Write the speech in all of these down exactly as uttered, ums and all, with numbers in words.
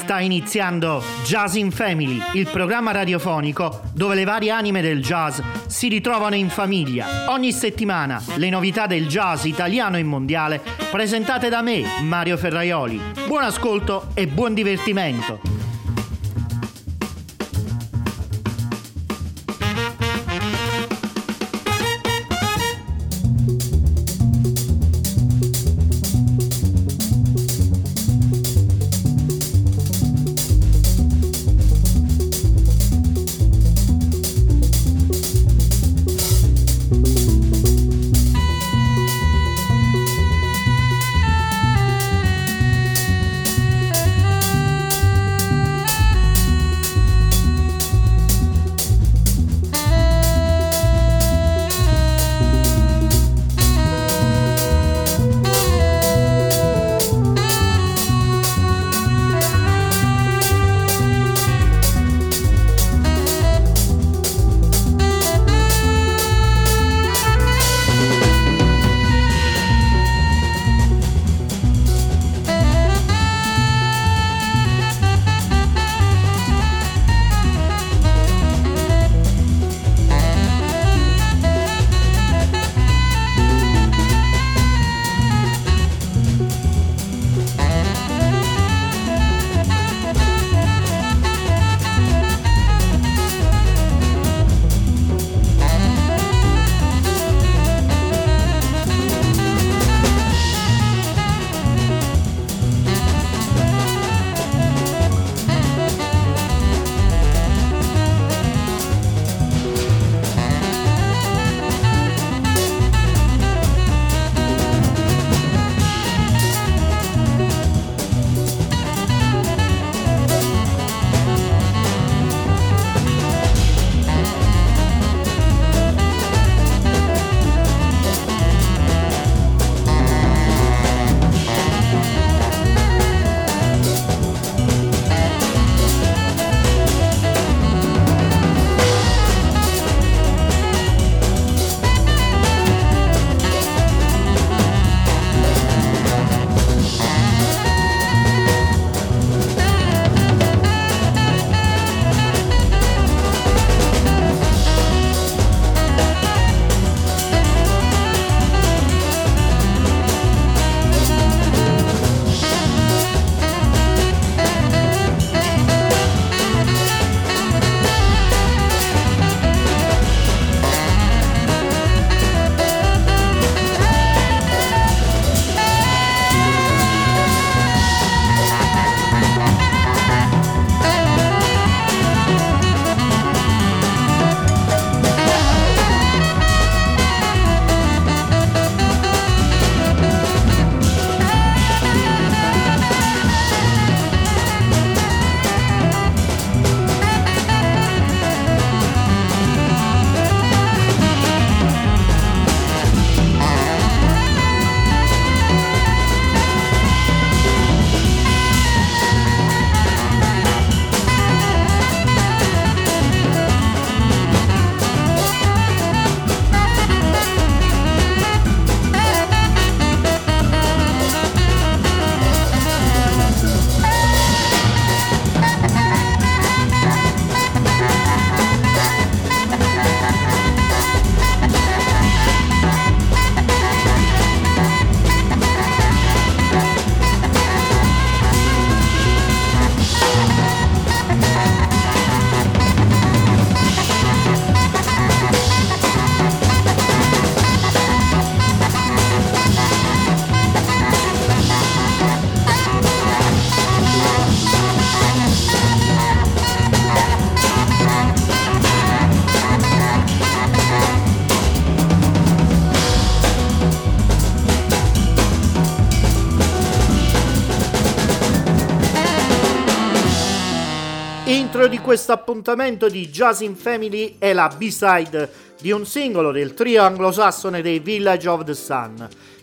Sta iniziando Jazz in Family, il programma radiofonico dove le varie anime del jazz si ritrovano in famiglia. Ogni settimana le novità del jazz italiano e mondiale presentate da me, Mario Ferraioli. Buon ascolto e buon divertimento. Intro di questo appuntamento di Jazz in Family è la B-side di un singolo del trio anglosassone dei Village of the Sun.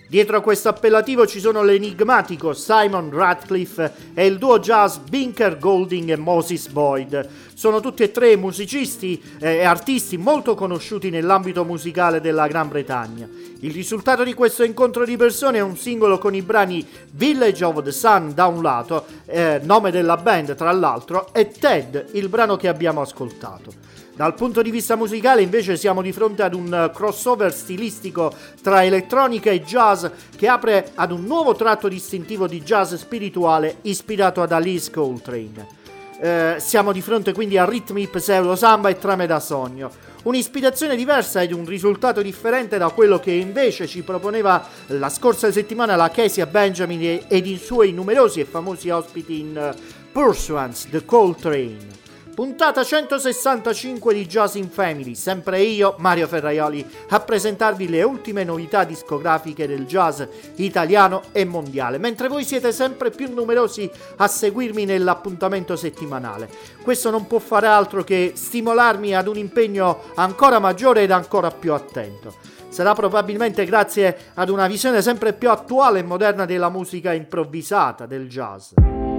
Dietro a questo appellativo ci sono l'enigmatico Simon Radcliffe e il duo jazz Binker Golding e Moses Boyd. Sono tutti e tre musicisti e artisti molto conosciuti nell'ambito musicale della Gran Bretagna. Il risultato di questo incontro di persone è un singolo con i brani Village of the Sun da un lato, eh, nome della band tra l'altro, e Ted, il brano che abbiamo ascoltato. Dal punto di vista musicale invece siamo di fronte ad un crossover stilistico tra elettronica e jazz che apre ad un nuovo tratto distintivo di jazz spirituale ispirato ad Alice Coltrane. Eh, siamo di fronte quindi a ritmi pseudo samba e trame da sogno, un'ispirazione diversa ed un risultato differente da quello che invece ci proponeva la scorsa settimana la Kezia Benjamin ed i suoi numerosi e famosi ospiti in Pursuance the Coltrane. Puntata centosessantacinque di Jazz in Family, sempre io, Mario Ferraioli, a presentarvi le ultime novità discografiche del jazz italiano e mondiale, mentre voi siete sempre più numerosi a seguirmi nell'appuntamento settimanale. Questo non può fare altro che stimolarmi ad un impegno ancora maggiore ed ancora più attento. Sarà probabilmente grazie ad una visione sempre più attuale e moderna della musica improvvisata del jazz.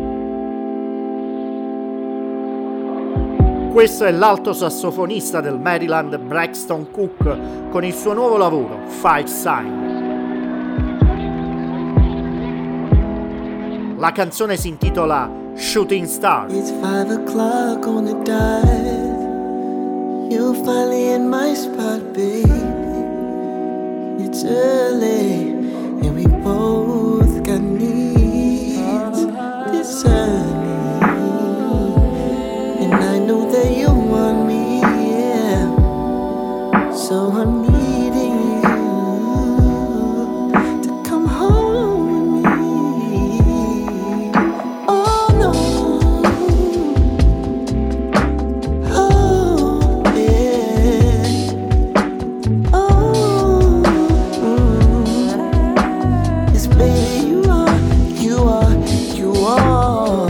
Questo è l'alto sassofonista del Maryland Braxton Cook con il suo nuovo lavoro, Five Sign. La canzone si intitola Shooting Star. It's five o'clock on the dot. You're finally in my spot, baby. It's early and we both got needs this early. And I know that you want me, yeah. So I'm needing you to come home with me. Oh no, oh yeah, oh mm. Yes, baby, you are, you are, you are.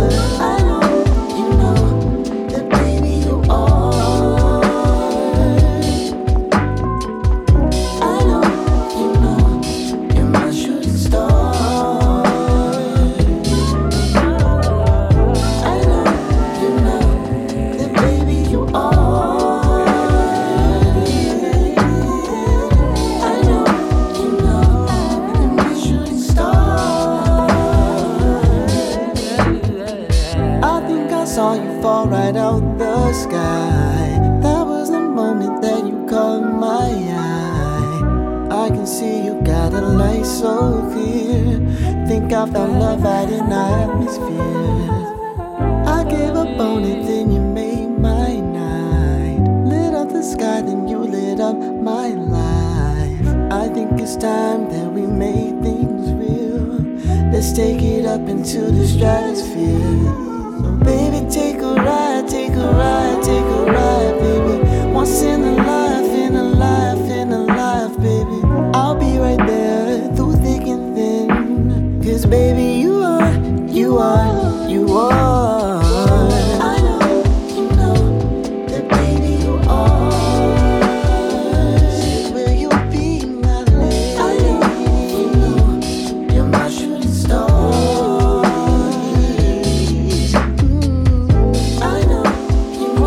Saw you fall right out the sky. That was the moment that you caught my eye. I can see you got a light so clear. Think I found love out in the atmosphere. I gave up on it, then you made my night. Lit up the sky, then you lit up my life. I think it's time that we made things real. Let's take it up into the stratosphere. Baby, take a ride, take a ride, take a ride, baby. Once in a life, in a life, in a life, baby. I'll be right there through thick and thin. Cause baby, you are, you are, you are. I know, you know, that baby, you are. Will you be my lady? I know, you know, you're my shooting star. You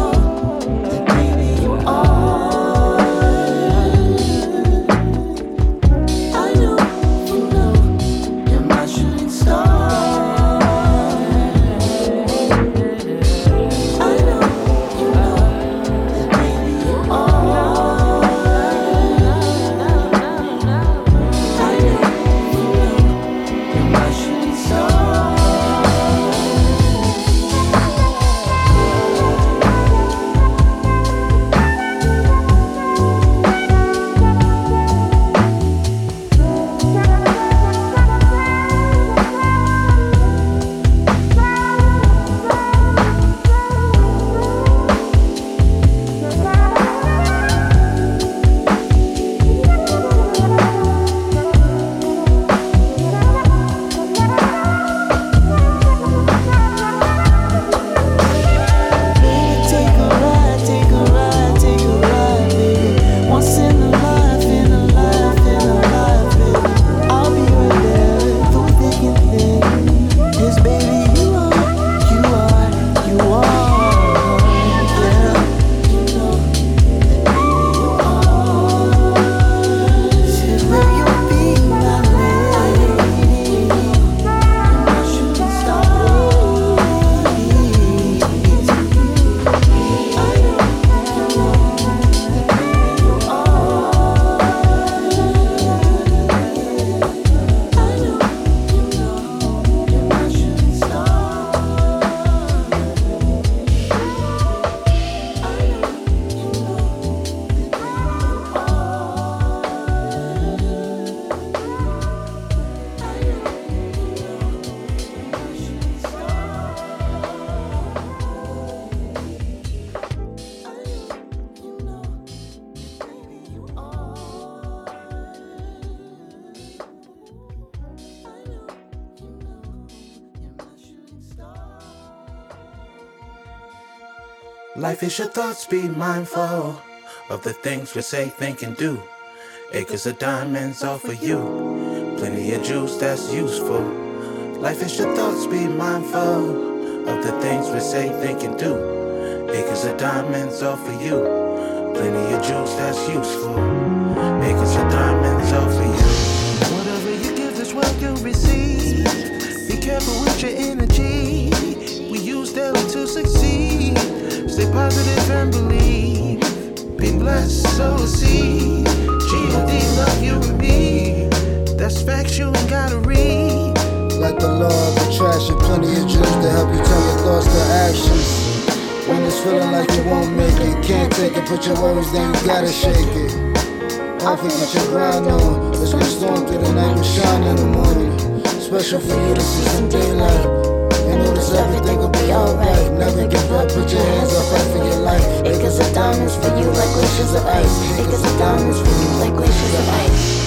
Life is your thoughts, be mindful of the things we say, think, and do. Acres of diamonds all for you, plenty of juice that's useful. Life is your thoughts, be mindful of the things we say, think, and do. Acres of diamonds all for you, plenty of juice that's useful. Acres of diamonds all for you. Whatever you give, this world you'll receive. Be careful with your energy. We use daily to succeed. Stay positive and believe. Be blessed, sow a seed. G O D, love you and me. That's facts you ain't gotta read. Like the law of attraction, plenty of juice to help you turn your thoughts to actions. When it's feeling like you won't make it, can't take it, put your worries down, you gotta shake it. Don't forget your grind on. Let's get storm through the night, we shine in the morning. Special for you to see some daylight. And notice everything will be alright. Never give up, put your hands up, fight for your life. Acres of diamonds for you like glaciers of ice. Acres of diamonds for you like glaciers of ice.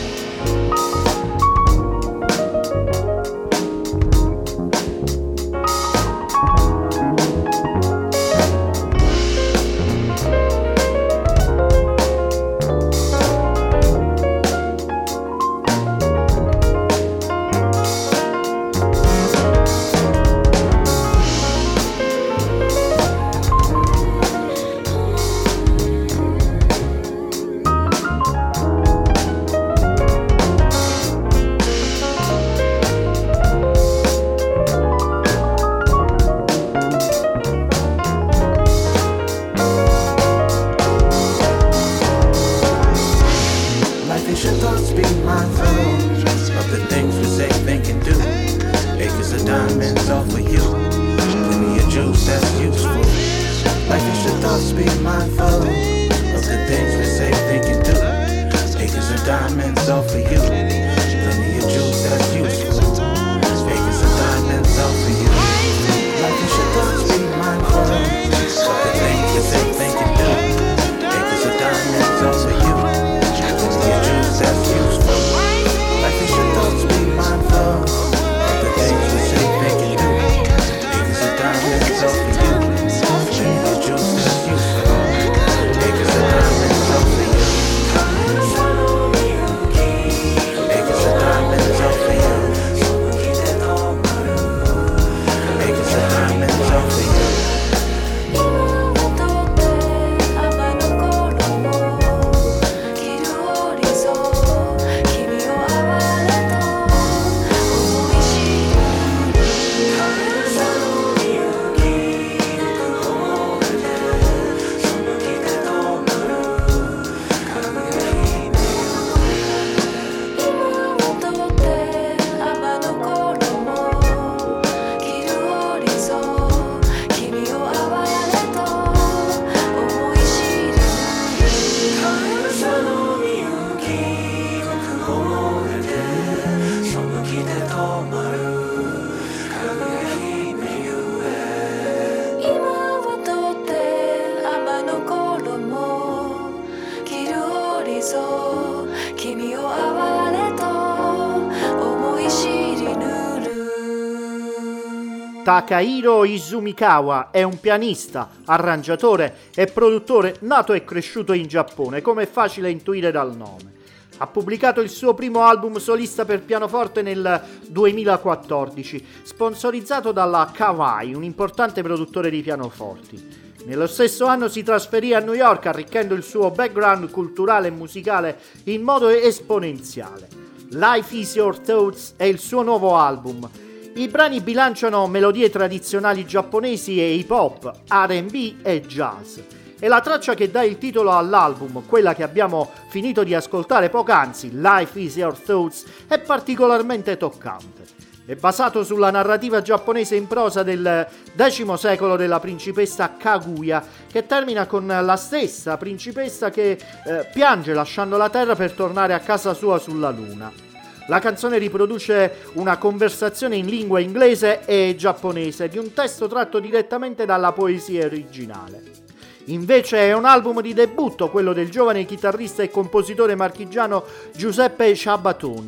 Takahiro Izumikawa è un pianista, arrangiatore e produttore nato e cresciuto in Giappone, come è facile intuire dal nome. Ha pubblicato il suo primo album solista per pianoforte nel duemilaquattordici, sponsorizzato dalla Kawai, un importante produttore di pianoforti. Nello stesso anno si trasferì a New York, arricchendo il suo background culturale e musicale in modo esponenziale. Life is Your Thoughts è il suo nuovo album. I brani bilanciano melodie tradizionali giapponesi e hip hop, R and B e jazz. E la traccia che dà il titolo all'album, quella che abbiamo finito di ascoltare poc'anzi, Life is Your Thoughts, è particolarmente toccante. È basato sulla narrativa giapponese in prosa del X secolo della principessa Kaguya, che termina con la stessa principessa che eh, piange lasciando la terra per tornare a casa sua sulla luna. La canzone riproduce una conversazione in lingua inglese e giapponese di un testo tratto direttamente dalla poesia originale. Invece è un album di debutto, quello del giovane chitarrista e compositore marchigiano Giuseppe Ciabatoni.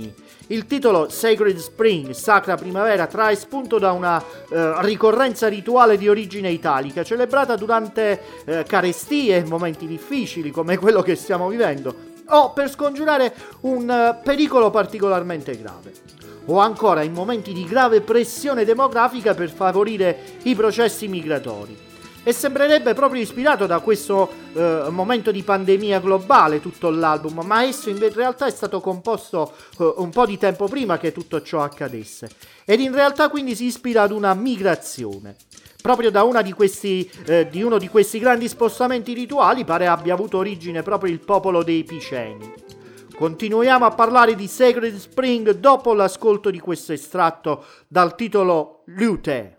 Il titolo Sacred Spring, Sacra Primavera, trae spunto da una eh, ricorrenza rituale di origine italica, celebrata durante eh, carestie e momenti difficili come quello che stiamo vivendo, o per scongiurare un uh, pericolo particolarmente grave, o ancora in momenti di grave pressione demografica per favorire i processi migratori. E sembrerebbe proprio ispirato da questo eh, momento di pandemia globale tutto l'album, ma esso in realtà è stato composto eh, un po' di tempo prima che tutto ciò accadesse, ed in realtà quindi si ispira ad una migrazione. Proprio da una di questi eh, di uno di questi grandi spostamenti rituali pare abbia avuto origine proprio il popolo dei Piceni. Continuiamo a parlare di Sacred Spring dopo l'ascolto di questo estratto dal titolo Lute.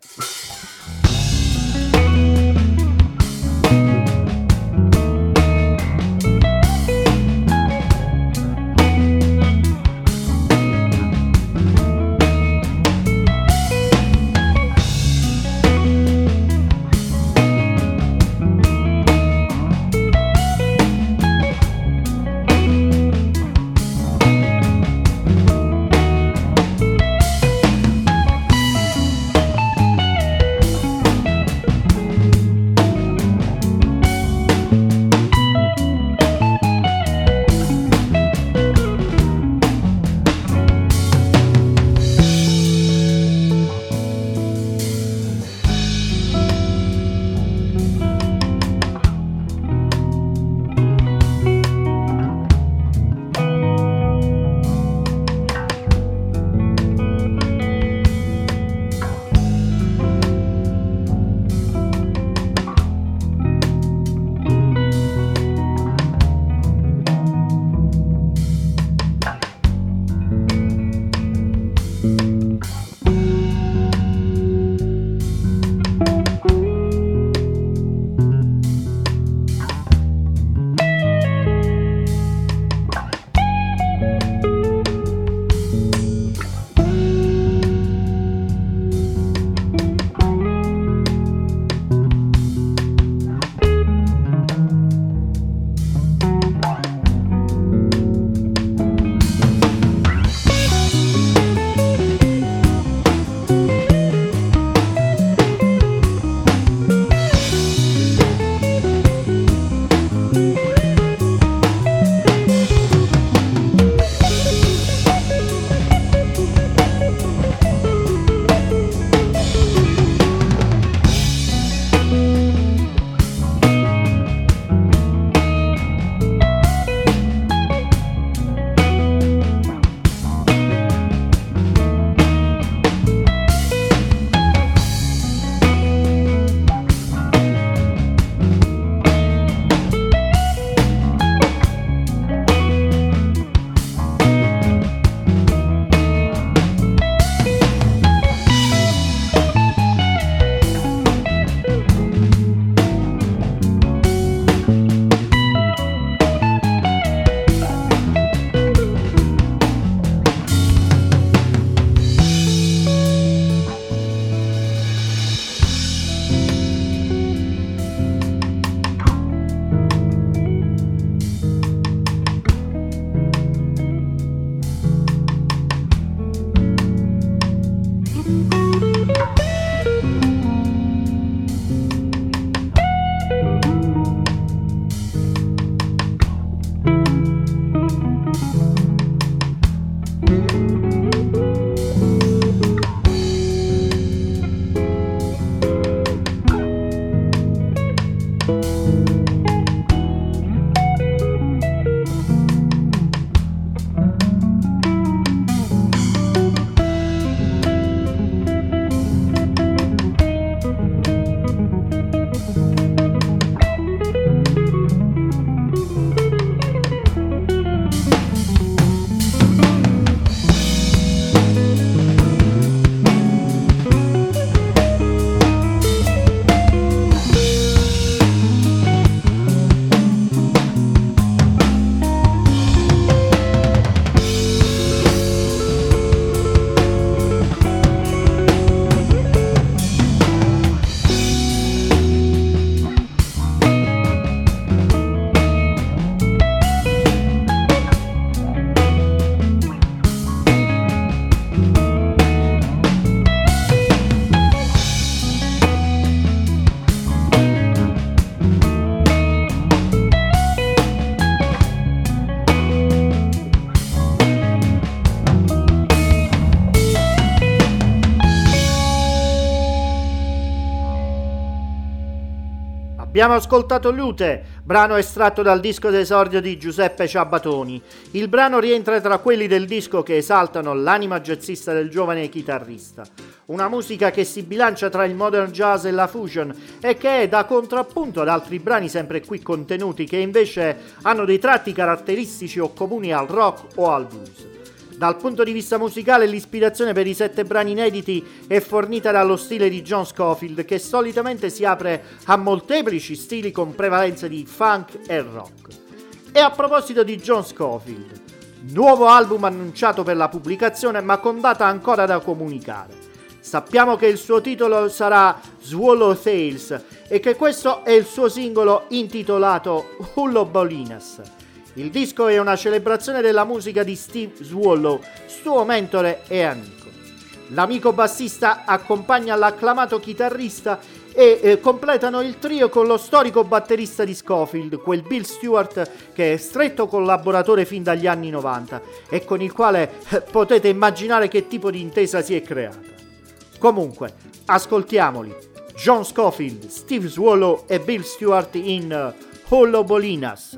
Abbiamo ascoltato Lute, brano estratto dal disco d'esordio di Giuseppe Ciabatoni. Il brano rientra tra quelli del disco che esaltano l'anima jazzista del giovane chitarrista. Una musica che si bilancia tra il modern jazz e la fusion e che è da contrappunto ad altri brani sempre qui contenuti che invece hanno dei tratti caratteristici o comuni al rock o al blues. Dal punto di vista musicale l'ispirazione per i sette brani inediti è fornita dallo stile di John Scofield, che solitamente si apre a molteplici stili con prevalenza di funk e rock. E a proposito di John Scofield, nuovo album annunciato per la pubblicazione ma con data ancora da comunicare. Sappiamo che il suo titolo sarà Swallow Tales e che questo è il suo singolo intitolato Hullabolinas. Il disco è una celebrazione della musica di Steve Swallow, suo mentore e amico. L'amico bassista accompagna l'acclamato chitarrista e eh, completano il trio con lo storico batterista di Scofield, quel Bill Stewart che è stretto collaboratore fin dagli anni novanta e con il quale eh, potete immaginare che tipo di intesa si è creata. Comunque, ascoltiamoli. John Scofield, Steve Swallow e Bill Stewart in uh, Hullabolinas.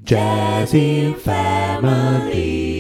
Jazzin' Family.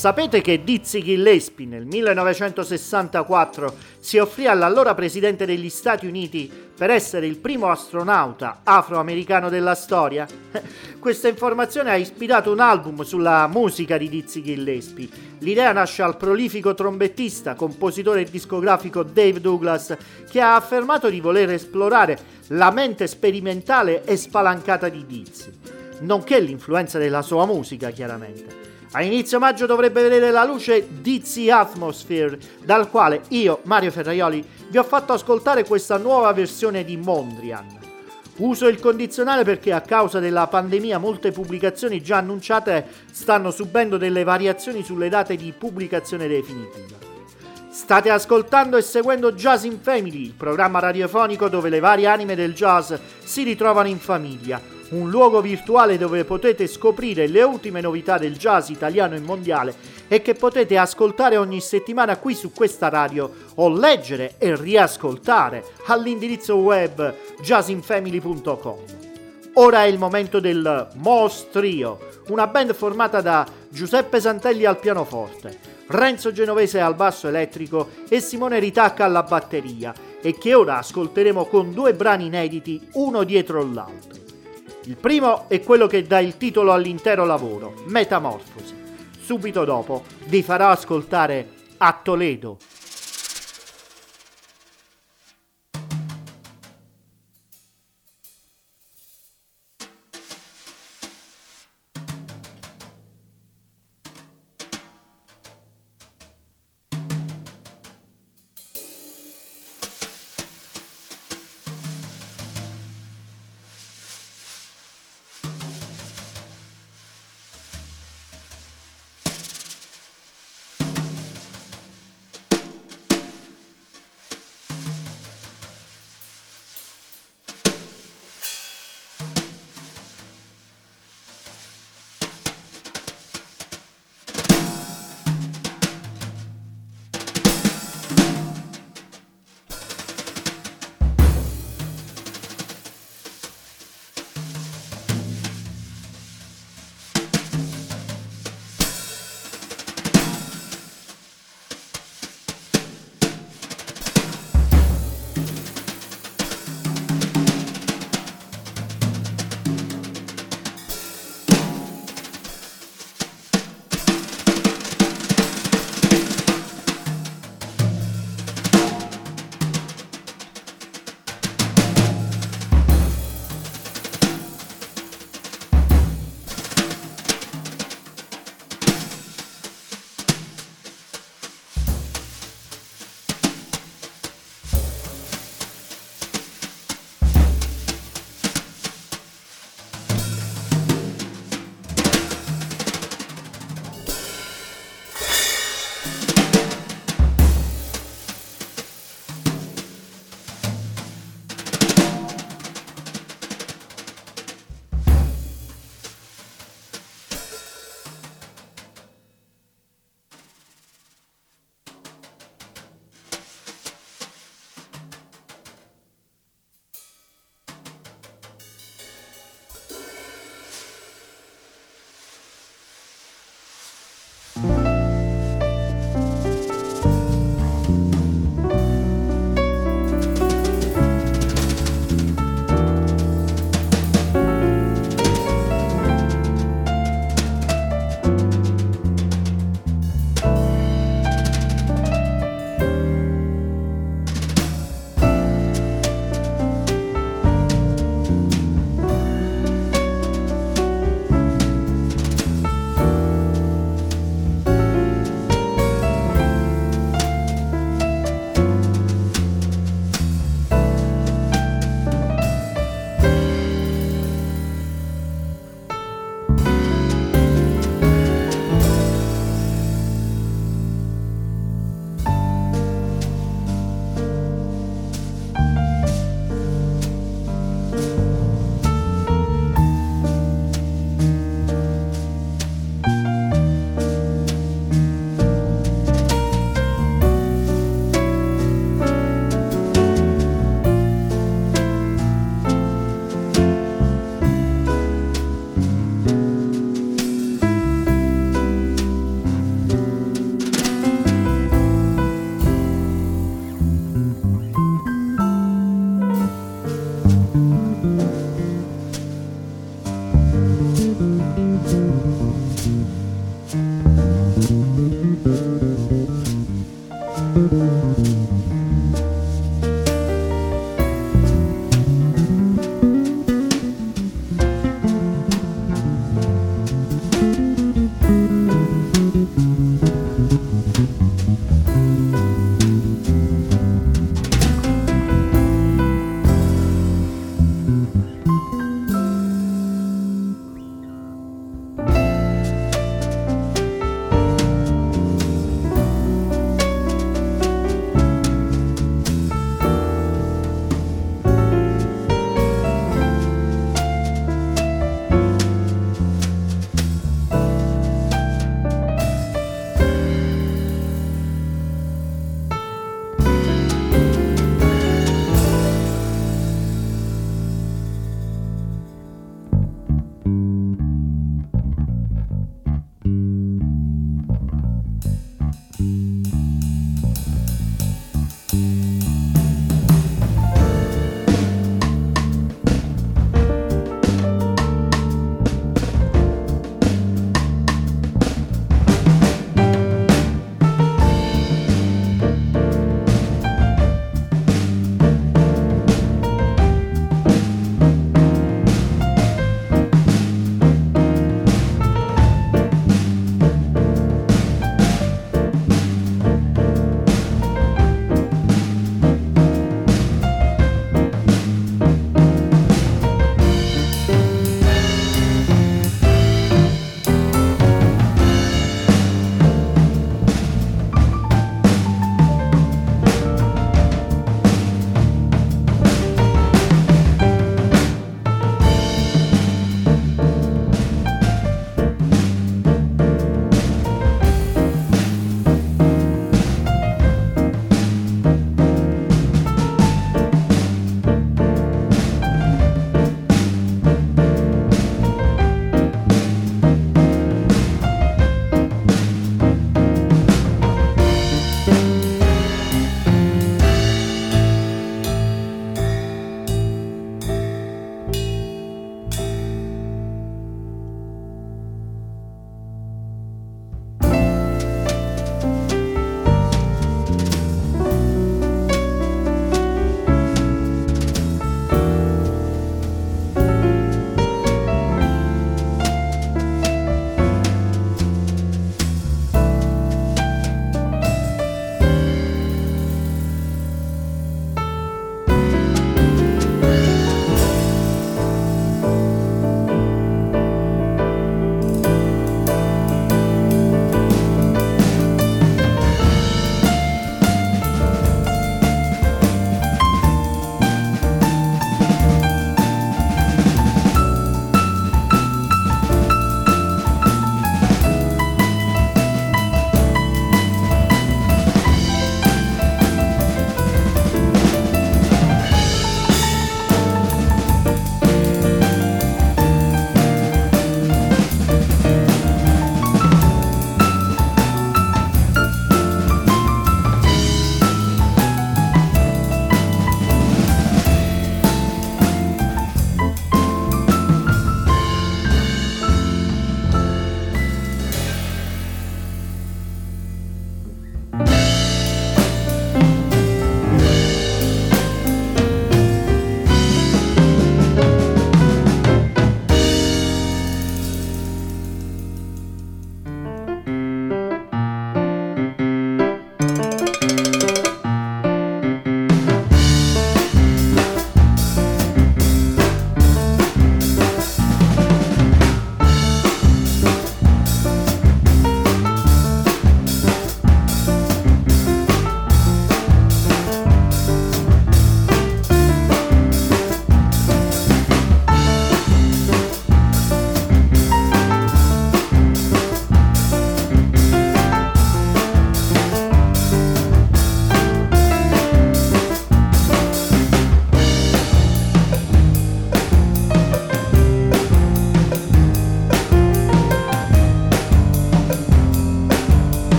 Sapete che Dizzy Gillespie nel millenovecentosessantaquattro si offrì all'allora presidente degli Stati Uniti per essere il primo astronauta afroamericano della storia? Questa informazione ha ispirato un album sulla musica di Dizzy Gillespie. L'idea nasce al prolifico trombettista, compositore discografico Dave Douglas, che ha affermato di voler esplorare la mente sperimentale e spalancata di Dizzy, nonché l'influenza della sua musica, chiaramente. A inizio maggio dovrebbe vedere la luce Dizzy Atmosphere, dal quale io, Mario Ferraioli, vi ho fatto ascoltare questa nuova versione di Mondrian. Uso il condizionale perché a causa della pandemia molte pubblicazioni già annunciate stanno subendo delle variazioni sulle date di pubblicazione definitiva. State ascoltando e seguendo Jazz in Family, il programma radiofonico dove le varie anime del jazz si ritrovano in famiglia. Un luogo virtuale dove potete scoprire le ultime novità del jazz italiano e mondiale e che potete ascoltare ogni settimana qui su questa radio o leggere e riascoltare all'indirizzo web jazz in family punto com. Ora è il momento del Moss Trio, una band formata da Giuseppe Santelli al pianoforte, Renzo Genovese al basso elettrico e Simone Ritacca alla batteria, e che ora ascolteremo con due brani inediti uno dietro l'altro. Il primo è quello che dà il titolo all'intero lavoro, Metamorfosi. Subito dopo vi farò ascoltare A Toledo.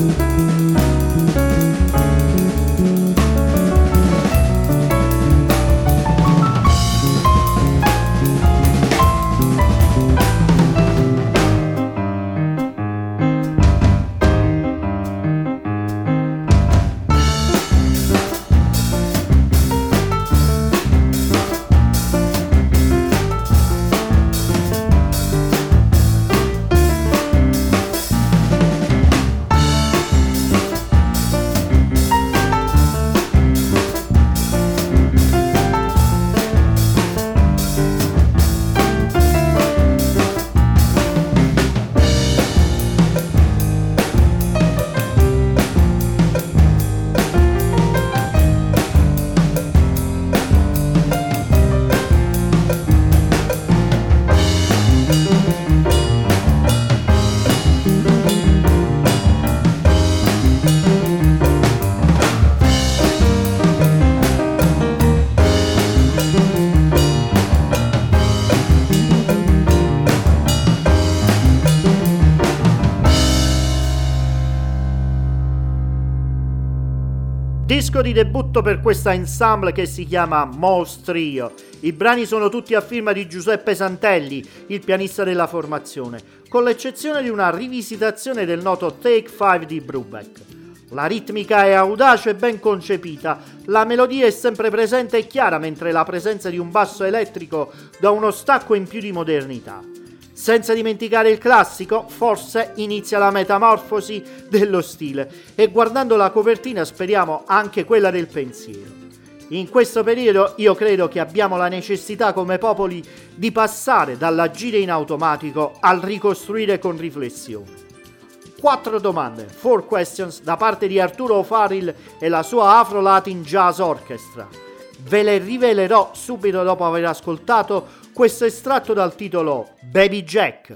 Disco di debutto per questa ensemble che si chiama Mouse Trio. I brani sono tutti a firma di Giuseppe Santelli, il pianista della formazione, con l'eccezione di una rivisitazione del noto Take Five di Brubeck. La ritmica è audace e ben concepita, la melodia è sempre presente e chiara, mentre la presenza di un basso elettrico dà uno stacco in più di modernità. Senza dimenticare il classico, forse inizia la metamorfosi dello stile e guardando la copertina speriamo anche quella del pensiero. In questo periodo io credo che abbiamo la necessità come popoli di passare dall'agire in automatico al ricostruire con riflessione. Quattro domande, four questions, da parte di Arturo O'Farrill e la sua Afro-Latin Jazz Orchestra. Ve le rivelerò subito dopo aver ascoltato questo estratto dal titolo Baby Jack.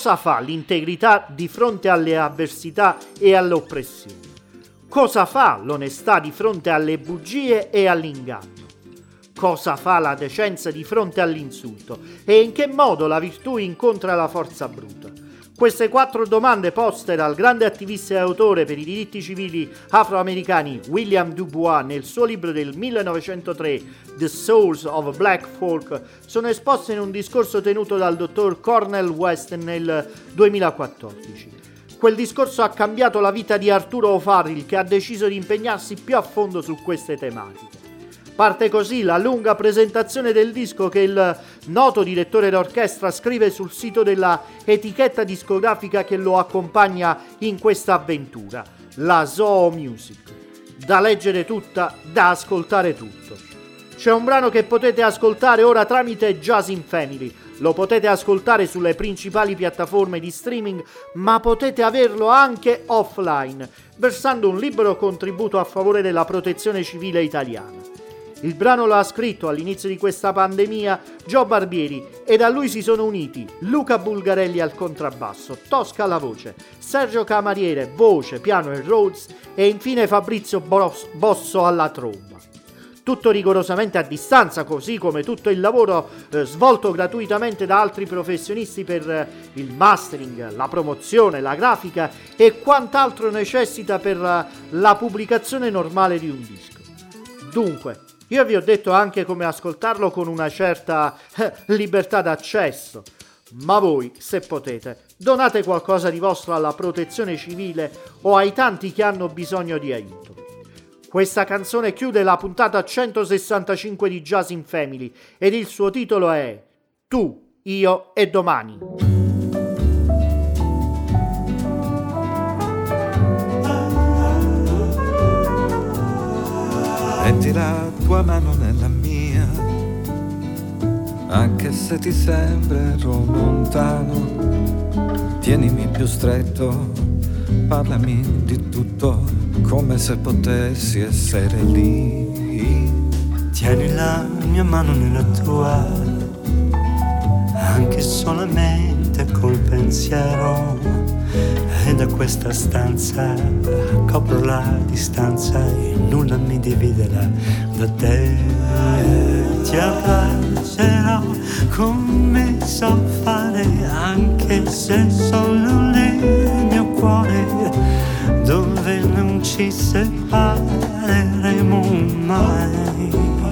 Cosa fa l'integrità di fronte alle avversità e alle oppressioni? Cosa fa l'onestà di fronte alle bugie e all'inganno? Cosa fa la decenza di fronte all'insulto? E in che modo la virtù incontra la forza bruta? Queste quattro domande poste dal grande attivista e autore per i diritti civili afroamericani William Du Bois nel suo libro del millenovecentotre The Souls of Black Folk sono esposte in un discorso tenuto dal dottor Cornel West nel duemilaquattordici. Quel discorso ha cambiato la vita di Arturo O'Farrill, che ha deciso di impegnarsi più a fondo su queste tematiche. Parte così la lunga presentazione del disco che il noto direttore d'orchestra scrive sul sito della etichetta discografica che lo accompagna in questa avventura, la Zoo Music. Da leggere tutta, da ascoltare tutto. C'è un brano che potete ascoltare ora tramite Jazzin' Family. Lo potete ascoltare sulle principali piattaforme di streaming, ma potete averlo anche offline, versando un libero contributo a favore della protezione civile italiana. Il brano lo ha scritto all'inizio di questa pandemia Gio Barbieri ed a lui si sono uniti Luca Bulgarelli al contrabbasso, Tosca alla voce, Sergio Camariere, voce, piano e Rhodes e infine Fabrizio Bosso alla tromba. Tutto rigorosamente a distanza, così come tutto il lavoro eh, svolto gratuitamente da altri professionisti per eh, il mastering, la promozione, la grafica e quant'altro necessita per eh, la pubblicazione normale di un disco. Dunque, io vi ho detto anche come ascoltarlo con una certa eh, libertà d'accesso, ma voi, se potete, donate qualcosa di vostro alla protezione civile o ai tanti che hanno bisogno di aiuto. Questa canzone chiude la puntata centosessantacinque di Jazzin' Family ed il suo titolo è Tu, io e domani. Metti la tua mano nella mia, anche se ti sembrerò lontano. Tienimi più stretto, parlami di tutto, come se potessi essere lì. Tieni la mia mano nella tua, anche solamente col pensiero. E da questa stanza copro la distanza e nulla mi dividerà da te. Ti abbraccerò come so fare, anche se solo nel mio cuore, dove non ci separeremo mai.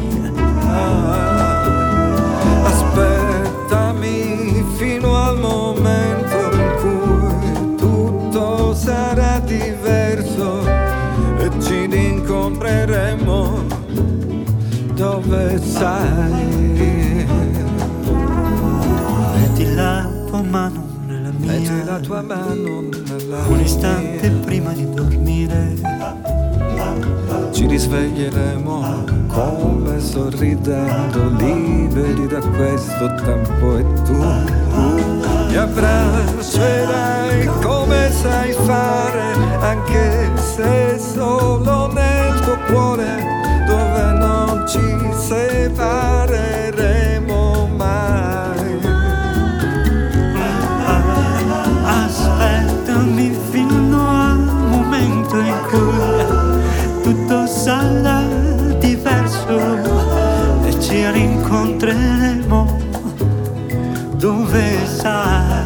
Aspettami fino al momento in cui tutto sarà diverso e ci rincontreremo dove sai. Metti la tua mano nella mia, metti la tua mano nella un istante mia. Prima di dormire ci risveglieremo come sorridendo, liberi da questo tempo, e tu mi abbraccerai come sai fare, anche se solo nel tuo cuore, dove non ci separeremo mai. Aspettami fino al momento in cui tutto sarà diverso e ci rincontreremo dove sai.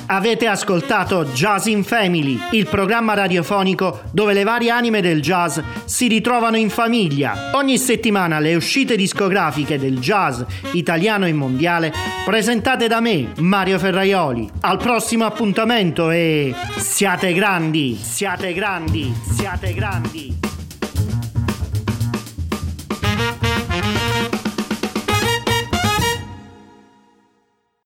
Avete ascoltato Jazz in Family, il programma radiofonico dove le varie anime del jazz si ritrovano in famiglia. Ogni settimana le uscite discografiche del jazz italiano e mondiale presentate da me, Mario Ferraioli. Al prossimo appuntamento e siate grandi, siate grandi, siate grandi.